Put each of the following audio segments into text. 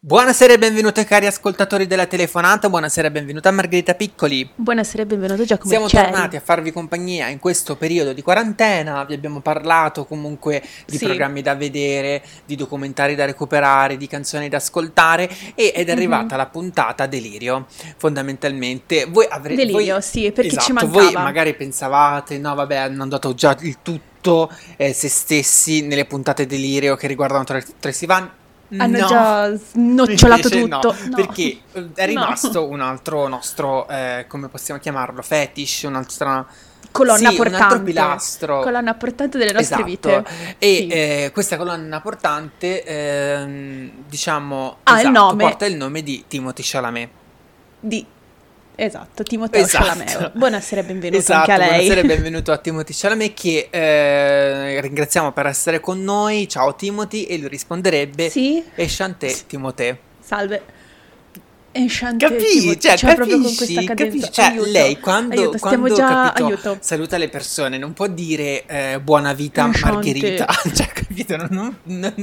Buonasera e benvenuti cari ascoltatori della telefonata, buonasera e benvenuta Margherita Piccoli. Buonasera e benvenuto Giacomo Siamo Riccieri. tornati a farvi compagnia in questo periodo di quarantena, vi abbiamo parlato comunque di programmi da vedere, di documentari da recuperare, di canzoni da ascoltare ed è arrivata la puntata Delirio, fondamentalmente. Delirio, sì, perché esatto, ci mancava. voi magari pensavate, no vabbè, hanno dato già il tutto se stessi nelle puntate Delirio che riguardano Tracy Van. Hanno già snocciolato tutto. No, perché è rimasto un altro nostro, come possiamo chiamarlo, fetish, un'altra colonna un portante. altro pilastro. Colonna portante delle nostre vite. E questa colonna portante, diciamo, porta il nome di Timothée Chalamet. Esatto, Timothée Chalamet. Buonasera e benvenuto anche a lei. Buonasera e benvenuto a Timothée Chalamet che ringraziamo per essere con noi. Ciao Timothy, e lui risponderebbe Enchanté Timothée. Salve. Enchanté. Capisci? Cioè, proprio con questa cadenza. Cioè, aiuto, lei quando aiuto. saluta le persone non può dire buona vita Margherita. Cioè, capito? Non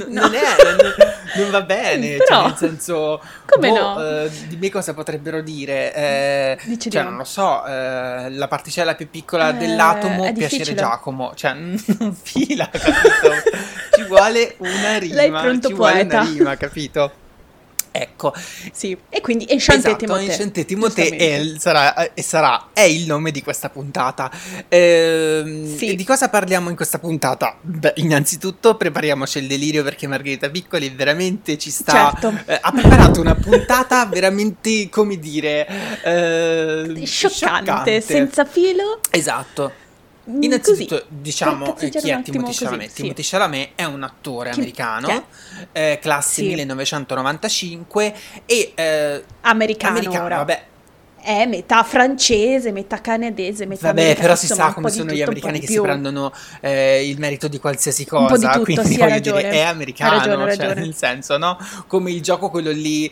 va bene. Però, cioè, nel senso, come no? Dimmi cosa potrebbero dire. Cioè, non lo so, la particella più piccola dell'atomo, piacere Giacomo. Cioè, non fila, capito? Ci vuole una rima. Lei è pronto poeta. Vuole una rima, capito? Ecco, sì, e quindi Enchanté Timothée. Enchanté Timothée è il nome di questa puntata. E di cosa parliamo in questa puntata? Beh, innanzitutto prepariamoci il delirio perché Margherita Piccoli veramente ci sta. Ha preparato una puntata veramente, come dire, scioccante, senza filo. Esatto. Innanzitutto diciamo chi è Timothée Chalamet. Timothée Chalamet è un attore americano, classe 1995 e americano ora. Vabbè. È metà francese, metà canadese, metà americano. Però si sa come sono gli americani che si prendono il merito di qualsiasi cosa. Un po' di tutto, quindi sì, ha ragione. Dire, è americano, ha ragione. Cioè, nel senso, no? Come il gioco quello lì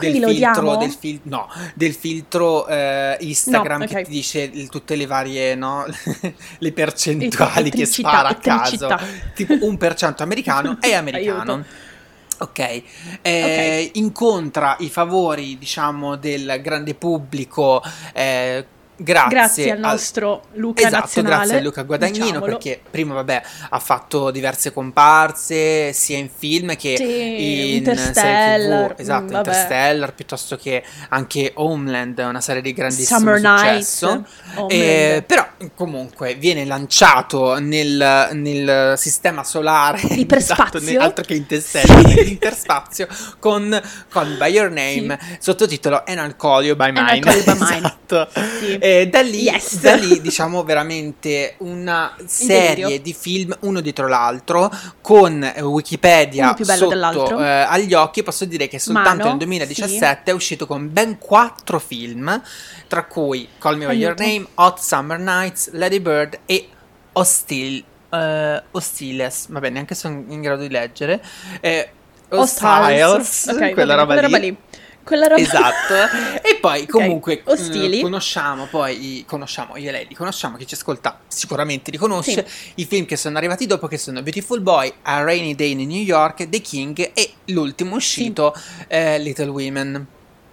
del filtro Instagram che ti dice tutte le varie, no? le percentuali che spara a caso. Tipo 1% americano è americano. Aiuto. Ok, incontra i favori, diciamo, del grande pubblico grazie al nostro Luca nazionale. Grazie a Luca Guadagnino, perché prima ha fatto diverse comparse sia in film che in Interstellar, serie TV, Interstellar, piuttosto che anche Homeland, una serie di grandissimo successo. Però comunque viene lanciato nel sistema solare, iperspazio, altro che Interstellar, nell'interspazio con Call By Your Name, sottotitolo And I'll Call You By Mine. Esatto. Da lì diciamo veramente una serie di film uno dietro l'altro con Wikipedia sotto agli occhi. Posso dire che soltanto nel 2017 è uscito con ben 4 film, tra cui Call Me By Your Name, Hot Summer Nights, Lady Bird e Hostiles, vabbè, neanche sono in grado di leggere, Hostiles, quella roba lì. Esatto. E poi comunque conosciamo io e lei, chi ci ascolta sicuramente li conosce, i film che sono arrivati dopo, che sono Beautiful Boy, A Rainy Day in New York, The King e l'ultimo uscito Little Women.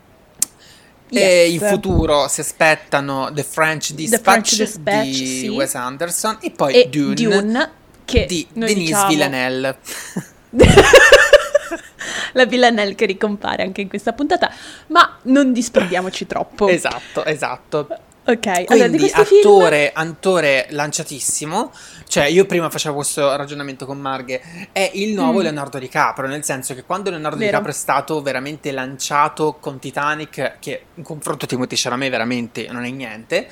E in futuro si aspettano The French Dispatch di Wes Anderson e poi Dune che di Denis Villeneuve. La Villanelle che ricompare anche in questa puntata, ma non disperdiamoci troppo. Esatto. Ok, quindi allora di questi attore lanciatissimo. Cioè, io prima facevo questo ragionamento con Marghe, è il nuovo Leonardo DiCaprio, nel senso che quando Leonardo DiCaprio è stato veramente lanciato con Titanic, che in confronto a Timothée Chalamet veramente non è niente,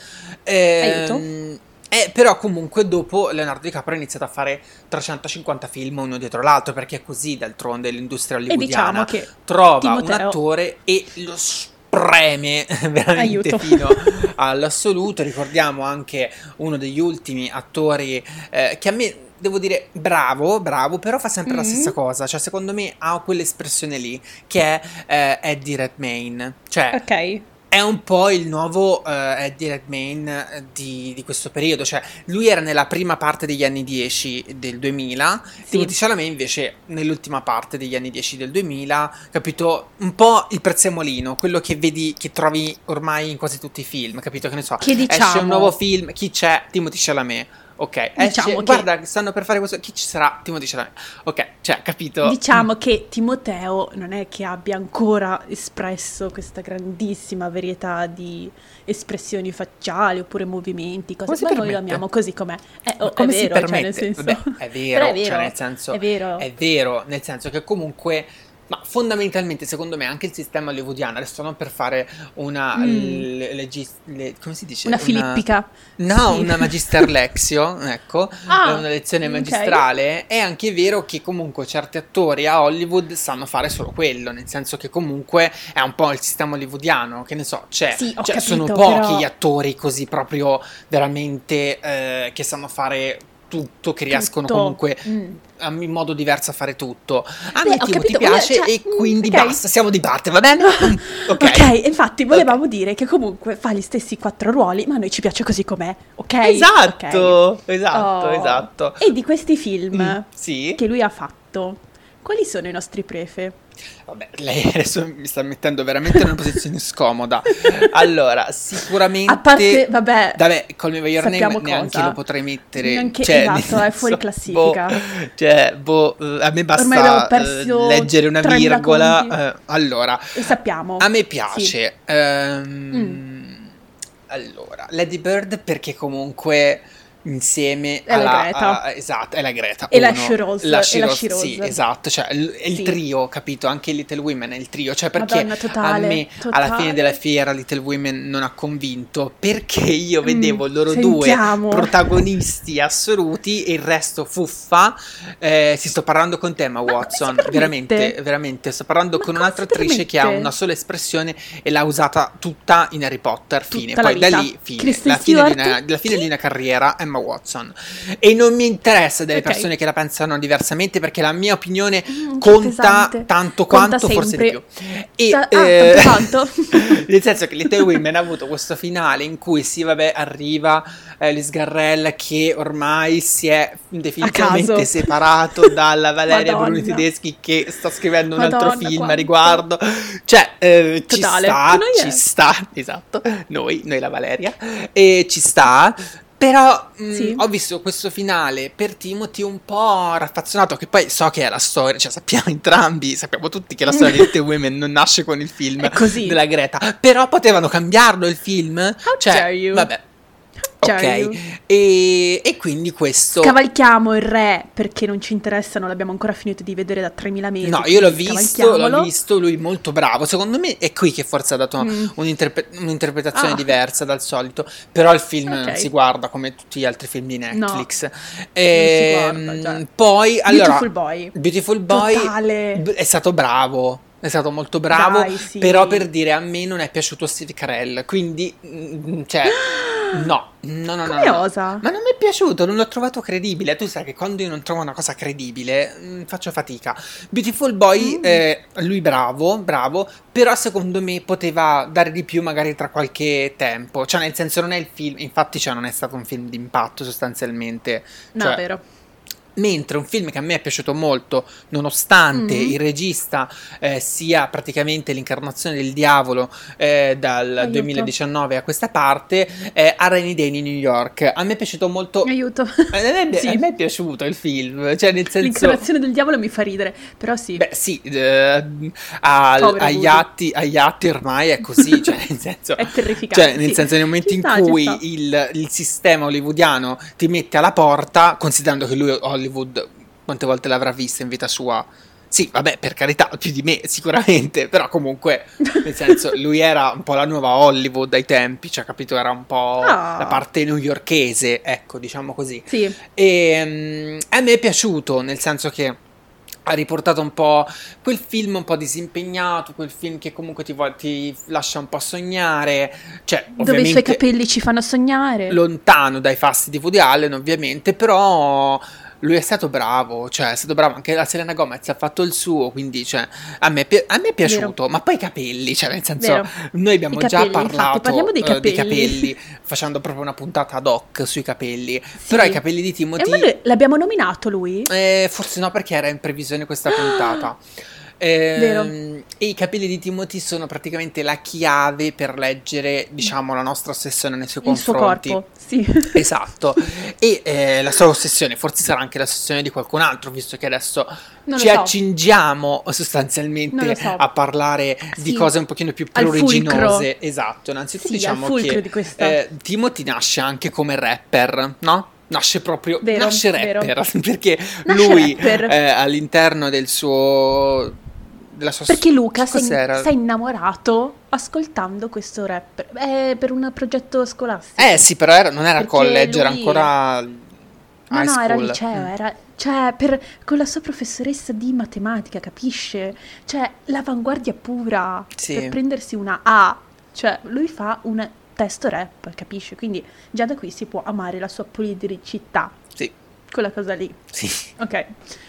però comunque dopo Leonardo DiCaprio ha iniziato a fare 350 film uno dietro l'altro, perché è così d'altronde l'industria hollywoodiana, che trova un attore e lo spreme veramente fino all'assoluto. Ricordiamo anche uno degli ultimi attori che a me, devo dire, bravo, però fa sempre la stessa cosa. Cioè, secondo me ha quell'espressione lì, che è Eddie Redmayne. Cioè, è un po' il nuovo Eddie Redmayne di questo periodo, cioè lui era nella prima parte degli anni 10 del 2000, Timothée Chalamet invece nell'ultima parte degli anni 10 del 2000, capito? Un po' il prezzemolino, quello che vedi, che trovi ormai in quasi tutti i film, capito? Che ne so, che diciamo, esce un nuovo film, chi c'è? Timothée Chalamet. Ok, diciamo guarda, stanno per fare questo. Chi ci sarà? Timothée Chalamet. Ok, cioè, capito? Diciamo che Timoteo non è che abbia ancora espresso questa grandissima varietà di espressioni facciali oppure movimenti, cose che noi lo amiamo così com'è. È vero, cioè nel senso. Vabbè, è vero, è vero, cioè nel senso. È vero, nel senso che comunque. Ma fondamentalmente, secondo me, anche il sistema hollywoodiano, adesso non per fare una come si dice? Una filippica. No, sì. Una magister lexio, ecco, una lezione magistrale. È anche vero che comunque certi attori a Hollywood sanno fare solo quello, nel senso che comunque è un po' il sistema hollywoodiano, che ne so, capito, sono pochi gli attori così proprio veramente che sanno fare tutto, che riescono comunque in modo diverso a fare tutto. A me ti piace e quindi basta, siamo di parte, va bene? Ok, infatti volevamo dire che comunque fa gli stessi 4 ruoli, ma a noi ci piace così com'è, ok? Esatto. E di questi film sì, che lui ha fatto, quali sono i nostri prefe? Vabbè, lei adesso mi sta mettendo veramente in una posizione scomoda. Allora, sicuramente. A parte, vabbè, Call Me By Your Name neanche lo potrei mettere. Esatto, è fuori classifica. A me basta leggere una virgola. Allora, e sappiamo. A me piace. Sì. Allora, Lady Bird perché comunque. Insieme alla Greta. Esatto, è la Greta e la She-Rose, sì, esatto, cioè è il trio, capito? Anche Little Women è il trio, cioè perché a me alla fine della fiera Little Women non ha convinto, perché io vedevo loro due protagonisti assoluti e il resto fuffa. Si sto parlando con te, Emma Watson, veramente sto parlando con un'altra attrice che ha una sola espressione e l'ha usata tutta in Harry Potter, fine, poi da lì la fine di una carriera Emma Watson, e non mi interessa delle persone che la pensano diversamente, perché la mia opinione conta tanto quanto, forse di più, tanto. Nel senso che Little Women ha avuto questo finale in cui arriva Liz Garrel che ormai si è definitivamente separato dalla Valeria Bruni Tedeschi, che sta scrivendo un altro film a riguardo, cioè ci sta, esatto, noi la Valeria, e ci sta. Però ho visto questo finale per Timothy un po' raffazzonato, che poi so che è la storia, cioè sappiamo tutti che la storia di Little Women non nasce con il film della Greta, però potevano cambiarlo il film, vabbè. Ok, e quindi questo. Scavalchiamo il re perché non ci interessa, non l'abbiamo ancora finito di vedere da 3000 mesi. No, io l'ho visto, lui molto bravo. Secondo me è qui che forse ha dato un'interpretazione diversa dal solito. Però il film non si guarda come tutti gli altri film di Netflix. Poi, allora, Beautiful Boy totale. È stato bravo. È stato molto bravo, però per dire, a me non è piaciuto Steve Carell, quindi no. Curiosa. Ma non mi è piaciuto, non l'ho trovato credibile. Tu sai che quando io non trovo una cosa credibile faccio fatica. Beautiful Boy, lui bravo, però secondo me poteva dare di più magari tra qualche tempo. Cioè nel senso non è il film, infatti non è stato un film d'impatto sostanzialmente. No, vero. Mentre un film che a me è piaciuto molto, nonostante il regista sia praticamente l'incarnazione del diavolo dal 2019 a questa parte, è A Rainy Day in New York. A me è piaciato molto. Aiuto. A me è piaciuto il film, cioè nel senso. L'incarnazione del diavolo mi fa ridere, però sì. Beh sì, agli atti ormai è così, cioè nel senso. È terrificante. Cioè nel senso, nel momento in cui il sistema hollywoodiano ti mette alla porta, considerando che lui Hollywood quante volte l'avrà vista in vita sua? Sì, vabbè, per carità, più di me sicuramente, però comunque nel senso lui era un po' la nuova Hollywood ai tempi, cioè capito, era un po' la parte newyorkese, ecco, diciamo così. Sì. E a me è piaciuto, nel senso che ha riportato un po' quel film un po' disimpegnato, quel film che comunque ti lascia un po' sognare, cioè dove i suoi capelli ci fanno sognare, lontano dai fasti di Woody Allen ovviamente, però lui è stato bravo, cioè è stato bravo, anche la Selena Gomez ha fatto il suo, quindi cioè, a me è piaciuto, ma poi i capelli, cioè nel senso, noi abbiamo già parlato parliamo dei capelli, facendo proprio una puntata ad hoc sui capelli, però i capelli di Timothy... E l'abbiamo nominato lui? Forse no, perché era in previsione questa puntata. E i capelli di Timothy sono praticamente la chiave per leggere, diciamo, la nostra ossessione nei suoi confronti. Il suo corpo, sì. Esatto. E la sua ossessione forse sarà anche l'ossessione di qualcun altro, visto che adesso accingiamo sostanzialmente a parlare di cose un pochino più pruriginose. Esatto, innanzitutto diciamo che Timothy nasce anche come rapper, no? Nasce proprio rapper, perché lui all'interno del suo... Perché Luca si è innamorato ascoltando questo rap per un progetto scolastico. Sì, però non era college, era ancora high school. No, era liceo, con la sua professoressa di matematica, capisce? Cioè, l'avanguardia pura, per prendersi una A. Cioè, lui fa un testo rap, capisce? Quindi già da qui si può amare la sua poliedricità. Sì. Quella cosa lì. Sì. Ok.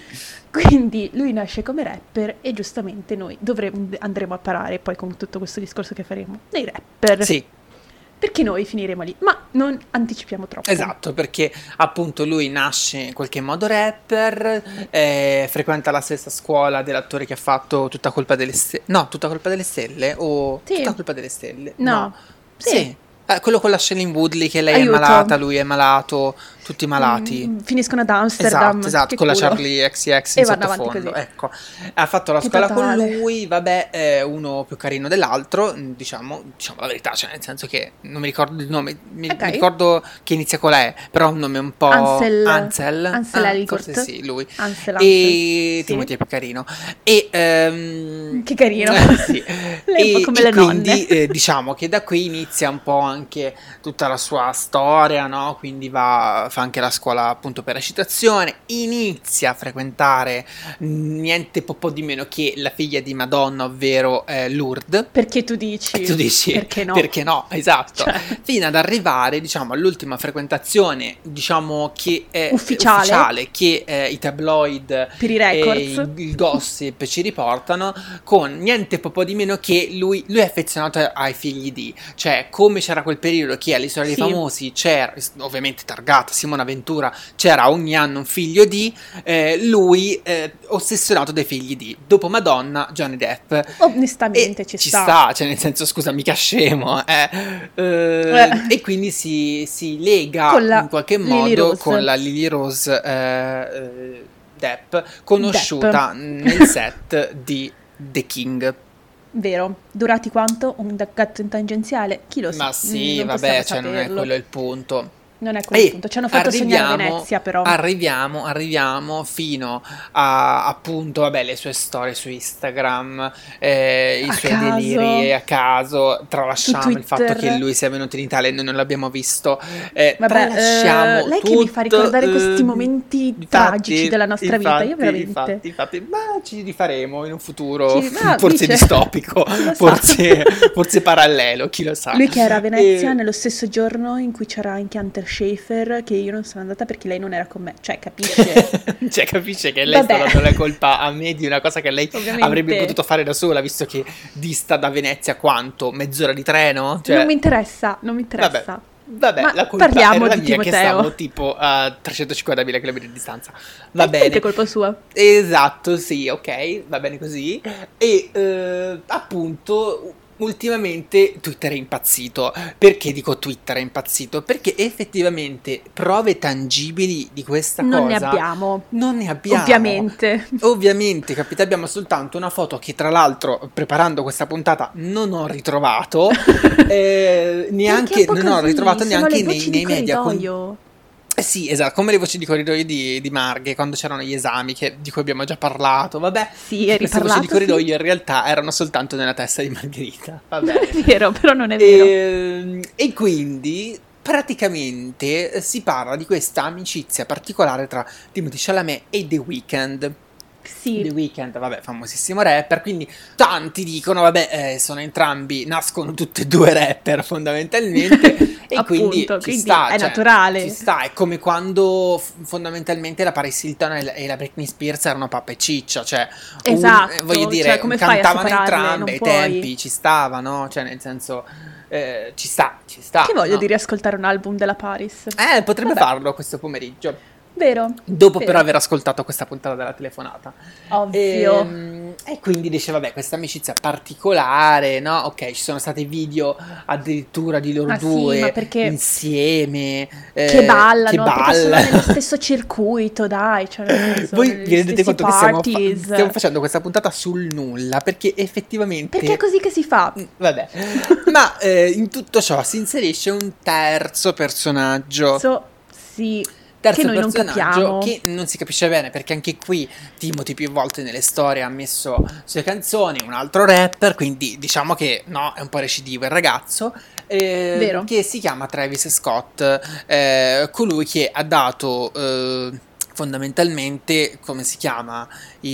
Quindi lui nasce come rapper e giustamente noi andremo a parare poi con tutto questo discorso che faremo dei rapper. Sì. Perché noi finiremo lì, ma non anticipiamo troppo. Esatto, perché appunto lui nasce in qualche modo rapper, frequenta la stessa scuola dell'attore che ha fatto Tutta colpa delle stelle. No, Tutta colpa delle stelle o Tutta colpa delle stelle? No. Sì. Quello con la Shailene Woodley che lei è malata, lui è malato, tutti malati. Finiscono ad Amsterdam. Esatto, con la Charlie XCX in sottofondo. Ecco, ha fatto la scuola con lui, vabbè, è uno più carino dell'altro, diciamo la verità, cioè nel senso che non mi ricordo il nome, mi ricordo che inizia con la E, però è un nome un po' Ansel Elgort. Forse sì, lui. Ansel. E Timothy è più carino. E che carino. Sì. Lei è un po' come le nonne. Quindi diciamo che da qui inizia un po' anche tutta la sua storia, no? Quindi fa anche la scuola appunto per recitazione, inizia a frequentare niente po' di meno che la figlia di Madonna, ovvero Lourdes. Perché tu dici? Perché no? Perché no, esatto. Cioè. Fino ad arrivare, diciamo, all'ultima frequentazione, diciamo che è ufficiale che i tabloid per i records e il gossip ci riportano, con niente po' di meno che lui è affezionato ai figli di, cioè come c'era quel periodo che all'Isola dei Famosi c'era, ovviamente targata Simona Ventura, c'era ogni anno un figlio di, lui ossessionato dai figli di. Dopo Madonna, Johnny Depp. Onestamente ci sta, cioè nel senso, scusa, mica scemo, e quindi si lega in qualche modo con la Lily Rose Depp, conosciuta nel set di The King. Vero, durati quanto? Un gatto in tangenziale? Chi lo sa? Ma sì, vabbè, cioè non è quello il punto. Non è quello il punto, ci hanno fatto sognare Venezia però. Arriviamo fino a appunto, vabbè, le sue storie su Instagram, i suoi deliri a caso, tralasciamo il fatto che lui sia venuto in Italia e noi non l'abbiamo visto, tralasciamo lei che mi fa ricordare questi momenti tragici della nostra vita, io veramente. Infatti, ma ci rifaremo in un futuro forse distopico, forse parallelo, chi lo sa. Lui che era a Venezia nello stesso giorno in cui c'era anche Hunter Schafer, che io non sono andata perché lei non era con me, cioè capisce che lei sta dando la colpa a me di una cosa che lei avrebbe potuto fare da sola, visto che dista da Venezia quanto? Mezz'ora di treno? Cioè... non mi interessa. Vabbè, ma la colpa parliamo era di mia Timoteo, che stavo tipo a 350.000 km di distanza. Va bene. È colpa sua. Esatto, sì, ok, va bene così. E appunto ultimamente Twitter è impazzito. Perché dico Twitter è impazzito? Perché effettivamente prove tangibili di questa cosa non ne abbiamo. Ovviamente, capite, abbiamo soltanto una foto che tra l'altro preparando questa puntata non ho ritrovato, neanche non ho ritrovato neanche nei media. Sì, esatto, come le voci di corridoio di Marghe quando c'erano gli esami di cui abbiamo già parlato, vabbè. Sì, queste voci di corridoio in realtà erano soltanto nella testa di Margherita, vabbè. Non è vero, però non è vero. E quindi praticamente si parla di questa amicizia particolare tra Timothée Chalamet e The Weeknd. Sì. The Weeknd, vabbè, famosissimo rapper, quindi tanti dicono, vabbè, nascono tutti e due rapper fondamentalmente, E quindi ci sta, è naturale. Ci sta, è come quando fondamentalmente la Paris Hilton e la Britney Spears erano pappa e ciccia, cioè esatto, voglio dire, cioè, come cantavano fai a entrambe ai tempi, ci stava, no? Cioè nel senso ci sta. Che voglio di riascoltare un album della Paris. Potrebbe farlo questo pomeriggio. Vero. Dopo però aver ascoltato questa puntata della telefonata. Ovvio. E quindi dice, vabbè, questa amicizia particolare, no? Ok, ci sono stati video addirittura di loro due ma perché insieme. Che ballano, perché sono nello stesso circuito, dai. Cioè, voi vi rendete conto che stiamo facendo questa puntata sul nulla, perché effettivamente... Perché è così che si fa. Vabbè. Ma in tutto ciò si inserisce un terzo personaggio. Sì. Terzo che noi personaggio non capiamo, che non si capisce bene, perché anche qui Timothy più volte nelle storie ha messo sue canzoni, un altro rapper, quindi diciamo che no, è un po' recidivo il ragazzo, che si chiama Travis Scott, colui che ha dato fondamentalmente, come si chiama,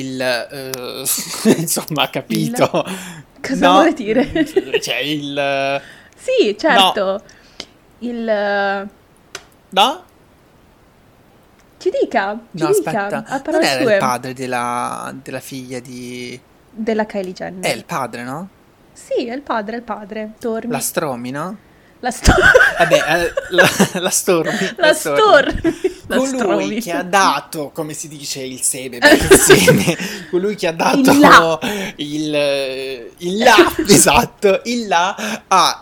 insomma, ha capito? Cosa vuole dire? Cioè il... Sì, certo. No. No? Ci dica. Aspetta, a non era sue. Il padre della figlia della Kylie Jenner. È il padre, no? Sì, è il padre, Tormi. La Stormi, no? La Stormi. Vabbè, la Stormi. La Stormi. Colui che ha dato, come si dice, il seme, colui che ha dato il là, esatto, il là a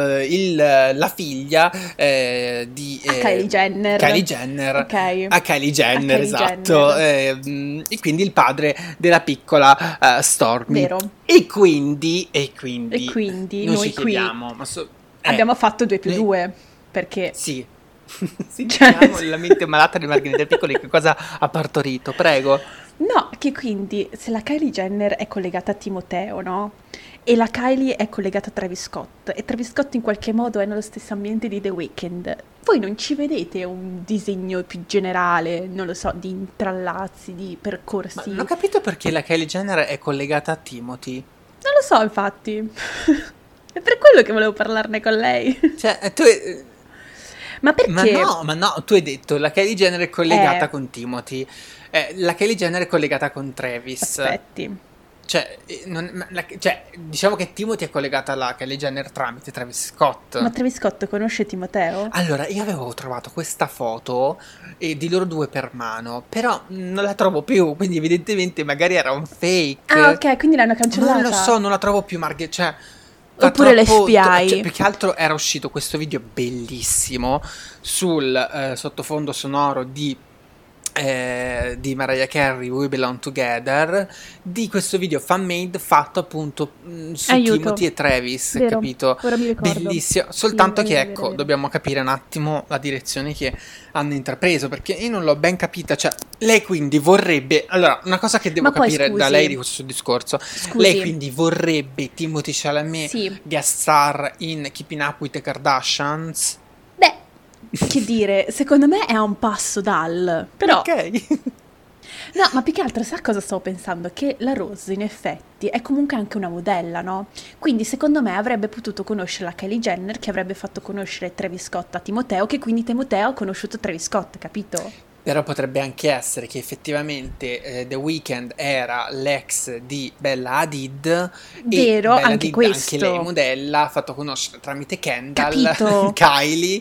la figlia di Kylie Jenner. Okay. A Kylie Jenner, esatto. E quindi il padre della piccola Stormi. Vero. E quindi noi ci chiediamo, ma abbiamo fatto 2+2 perché sì. Diciamo, la mente malata di Margherita Piccoli che cosa ha partorito, prego. No, che quindi se la Kylie Jenner è collegata a Timoteo, no? E la Kylie è collegata a Travis Scott e Travis Scott in qualche modo è nello stesso ambiente di The Weeknd, voi non ci vedete un disegno più generale, non lo so, di intrallazzi, di percorsi? Ma non ho capito perché la Kylie Jenner è collegata a Timothy. Non lo so, infatti. È per quello che volevo parlarne con lei. Cioè, Ma perché? Ma no, tu hai detto la Kylie Jenner è collegata con Timothy, la Kylie Jenner è collegata con Travis. Aspetti. Cioè, diciamo che Timothy è collegata alla Kylie Jenner tramite Travis Scott. Ma Travis Scott conosce Timoteo? Allora, io avevo trovato questa foto di loro due per mano, però non la trovo più, quindi evidentemente magari era un fake. Ah, ok, quindi l'hanno cancellata. Non lo so, non la trovo più, cioè... Oppure l'FBI. Cioè, più che altro era uscito questo video bellissimo sul sottofondo sonoro di Mariah Carey, We Belong Together, di questo video fan-made fatto appunto su Timothy e Travis, vero, capito? Ora mi ricordo. Bellissimo, soltanto che ecco, dobbiamo capire un attimo la direzione che hanno intrapreso, perché io non l'ho ben capita, cioè lei quindi vorrebbe, allora una cosa che devo capire da lei di questo discorso, lei quindi vorrebbe Timothée Chalamet guest star in Keeping Up with the Kardashians? Che dire, secondo me è a un passo dal... Però... Ok. No, ma più che altro, sai cosa stavo pensando? Che la Rose, in effetti, è comunque anche una modella, no? Quindi, secondo me, avrebbe potuto conoscere la Kylie Jenner, che avrebbe fatto conoscere Travis Scott a Timoteo, che quindi Timoteo ha conosciuto Travis Scott, capito? Però potrebbe anche essere che effettivamente The Weeknd era l'ex di Bella Hadid. Vero, Bella anche Hadid, questo. Anche lei modella, ha fatto conoscere tramite Kendall, capito. Kylie,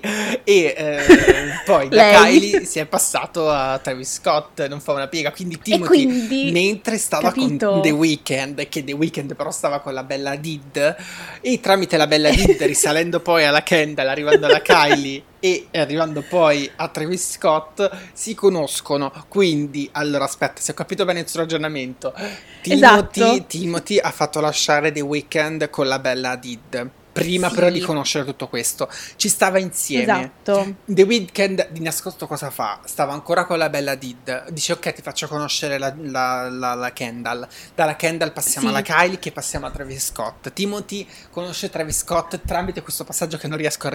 e poi da Kylie si è passato a Travis Scott, non fa una piega, quindi Timothy, mentre stava con The Weeknd, che The Weeknd però stava con la Bella Hadid, e tramite la Bella Hadid risalendo poi alla Kendall, arrivando alla Kylie, e arrivando poi a Travis Scott si conoscono. Quindi, allora aspetta, se ho capito bene il suo ragionamento, Timothy ha fatto lasciare The Weeknd con la Bella Hadid prima però di conoscere tutto questo, ci stava insieme. Esatto. The Weeknd di nascosto cosa fa? Stava ancora con la Bella Hadid, dice ok, ti faccio conoscere la Kendall, dalla Kendall passiamo alla Kylie, che passiamo a Travis Scott. Timothy conosce Travis Scott tramite questo passaggio che non riesco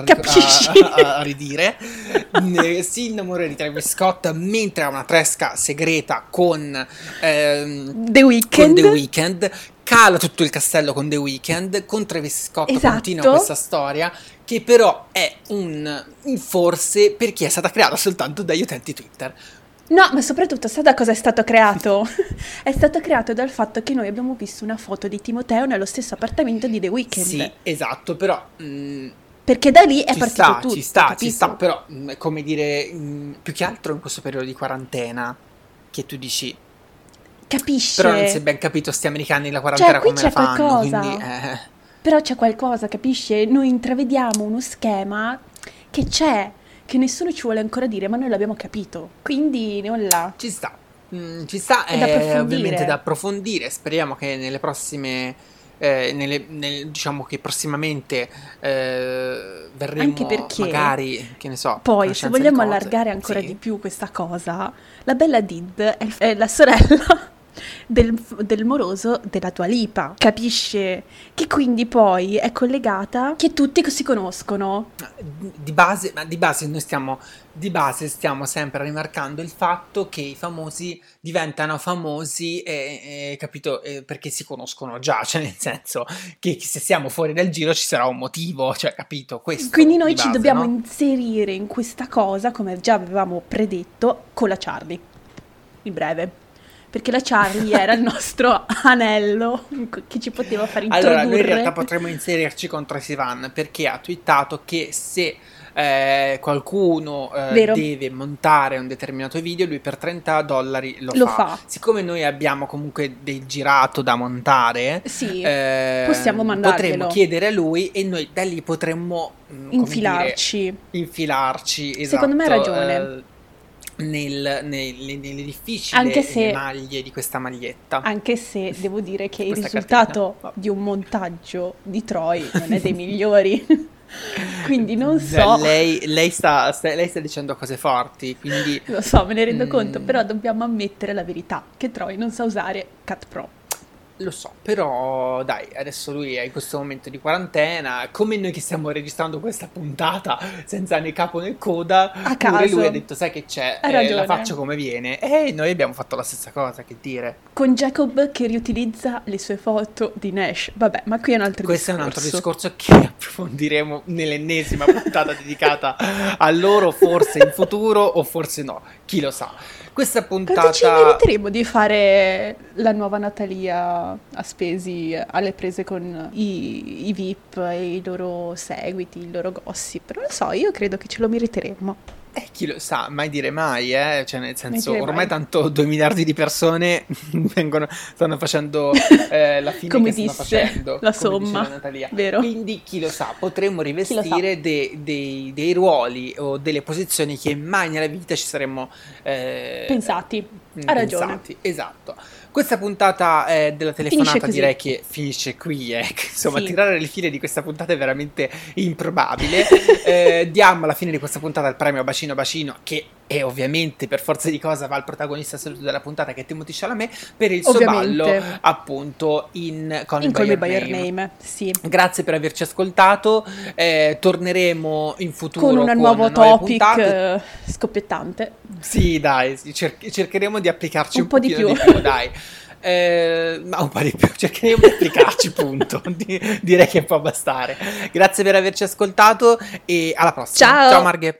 a ridire. Si innamora di Travis Scott mentre ha una tresca segreta con The Weeknd, cala tutto il castello con The Weeknd, con Travis Scott esatto. Continua questa storia, che però è un forse perché è stata creata soltanto dagli utenti Twitter. No, ma soprattutto sa da cosa è stato creato? È stato creato dal fatto che noi abbiamo visto una foto di Timoteo nello stesso appartamento di The Weeknd. Sì, esatto, però... perché da lì è partito tutto, ci sta, però come dire, più che altro in questo periodo di quarantena, che tu dici... Capisce? Però non si è ben capito sti americani la quarantena come la fanno, qualcosa. Quindi... Però c'è qualcosa, capisce? Noi intravediamo uno schema che c'è, che nessuno ci vuole ancora dire, ma noi l'abbiamo capito, quindi nulla. Ci sta, è ovviamente da approfondire, speriamo che nelle prossime, diciamo che prossimamente verremo anche perché, magari, che ne so. Poi se vogliamo allargare ancora di più questa cosa, la bella Did è la sorella del moroso della Dua Lipa, capisce? Che quindi poi è collegata, che tutti si conoscono. Di base noi stiamo sempre rimarcando il fatto che i famosi diventano famosi, capito? Perché si conoscono già, cioè nel senso che se siamo fuori dal giro ci sarà un motivo, cioè capito? Questo quindi noi base, ci dobbiamo no? inserire in questa cosa, come già avevamo predetto, con la Charlie, in breve. Perché la Charlie era il nostro anello che ci poteva far introdurre. Allora, noi in realtà potremmo inserirci con Tracy Van, perché ha twittato che se qualcuno deve montare un determinato video, lui per $30 lo fa. Siccome noi abbiamo comunque del girato da montare, sì, possiamo mandarglielo. Potremmo chiedere a lui e noi da lì potremmo infilarci. Esatto. Secondo me ha ragione. Nelle difficili maglie di questa maglietta. Anche se devo dire che il risultato di un montaggio di Troy non è dei migliori. Quindi non so. Lei sta dicendo cose forti, quindi lo so, me ne rendo conto, però dobbiamo ammettere la verità che Troy non sa usare Cut Pro. Lo so, però dai, adesso lui è in questo momento di quarantena, come noi che stiamo registrando questa puntata senza né capo né coda, a caso. Pure lui ha detto sai che c'è, la faccio come viene, e noi abbiamo fatto la stessa cosa, che dire. Con Jacob che riutilizza le sue foto di Nash, vabbè, ma qui è un altro Questo discorso. È un altro discorso che approfondiremo nell'ennesima puntata dedicata a loro, forse in futuro o forse no, chi lo sa. Questa puntata... Quanto ci meriteremo di fare la nuova Natalia a spesi alle prese con i VIP e i loro seguiti, il loro gossip? Non lo so, io credo che ce lo meriteremmo. Chi lo sa, mai dire mai, cioè nel senso ormai tanto 2 miliardi di persone stanno facendo la fine come che disse stanno facendo, la somma, Natalia. Vero? Quindi chi lo sa, potremmo rivestire dei ruoli o delle posizioni che mai nella vita ci saremmo pensati. Ha ragione. Esatto. Questa puntata della telefonata direi che finisce qui, insomma sì. Tirare le file di questa puntata è veramente improbabile. Diamo alla fine di questa puntata il premio Bacino Bacino, che è ovviamente per forza di cosa va al protagonista assoluto della puntata, che è Timothée Chalamet, per il suo ballo appunto in Call Me By Your Name. Sì. Grazie per averci ascoltato, torneremo in futuro con un nuovo topic scoppiettante. Sì, dai, cercheremo di applicarci un po' di più, dai. Ma un po' di più, cercheremo di applicarci, punto. Direi che può bastare. Grazie per averci ascoltato e alla prossima. Ciao Marghe.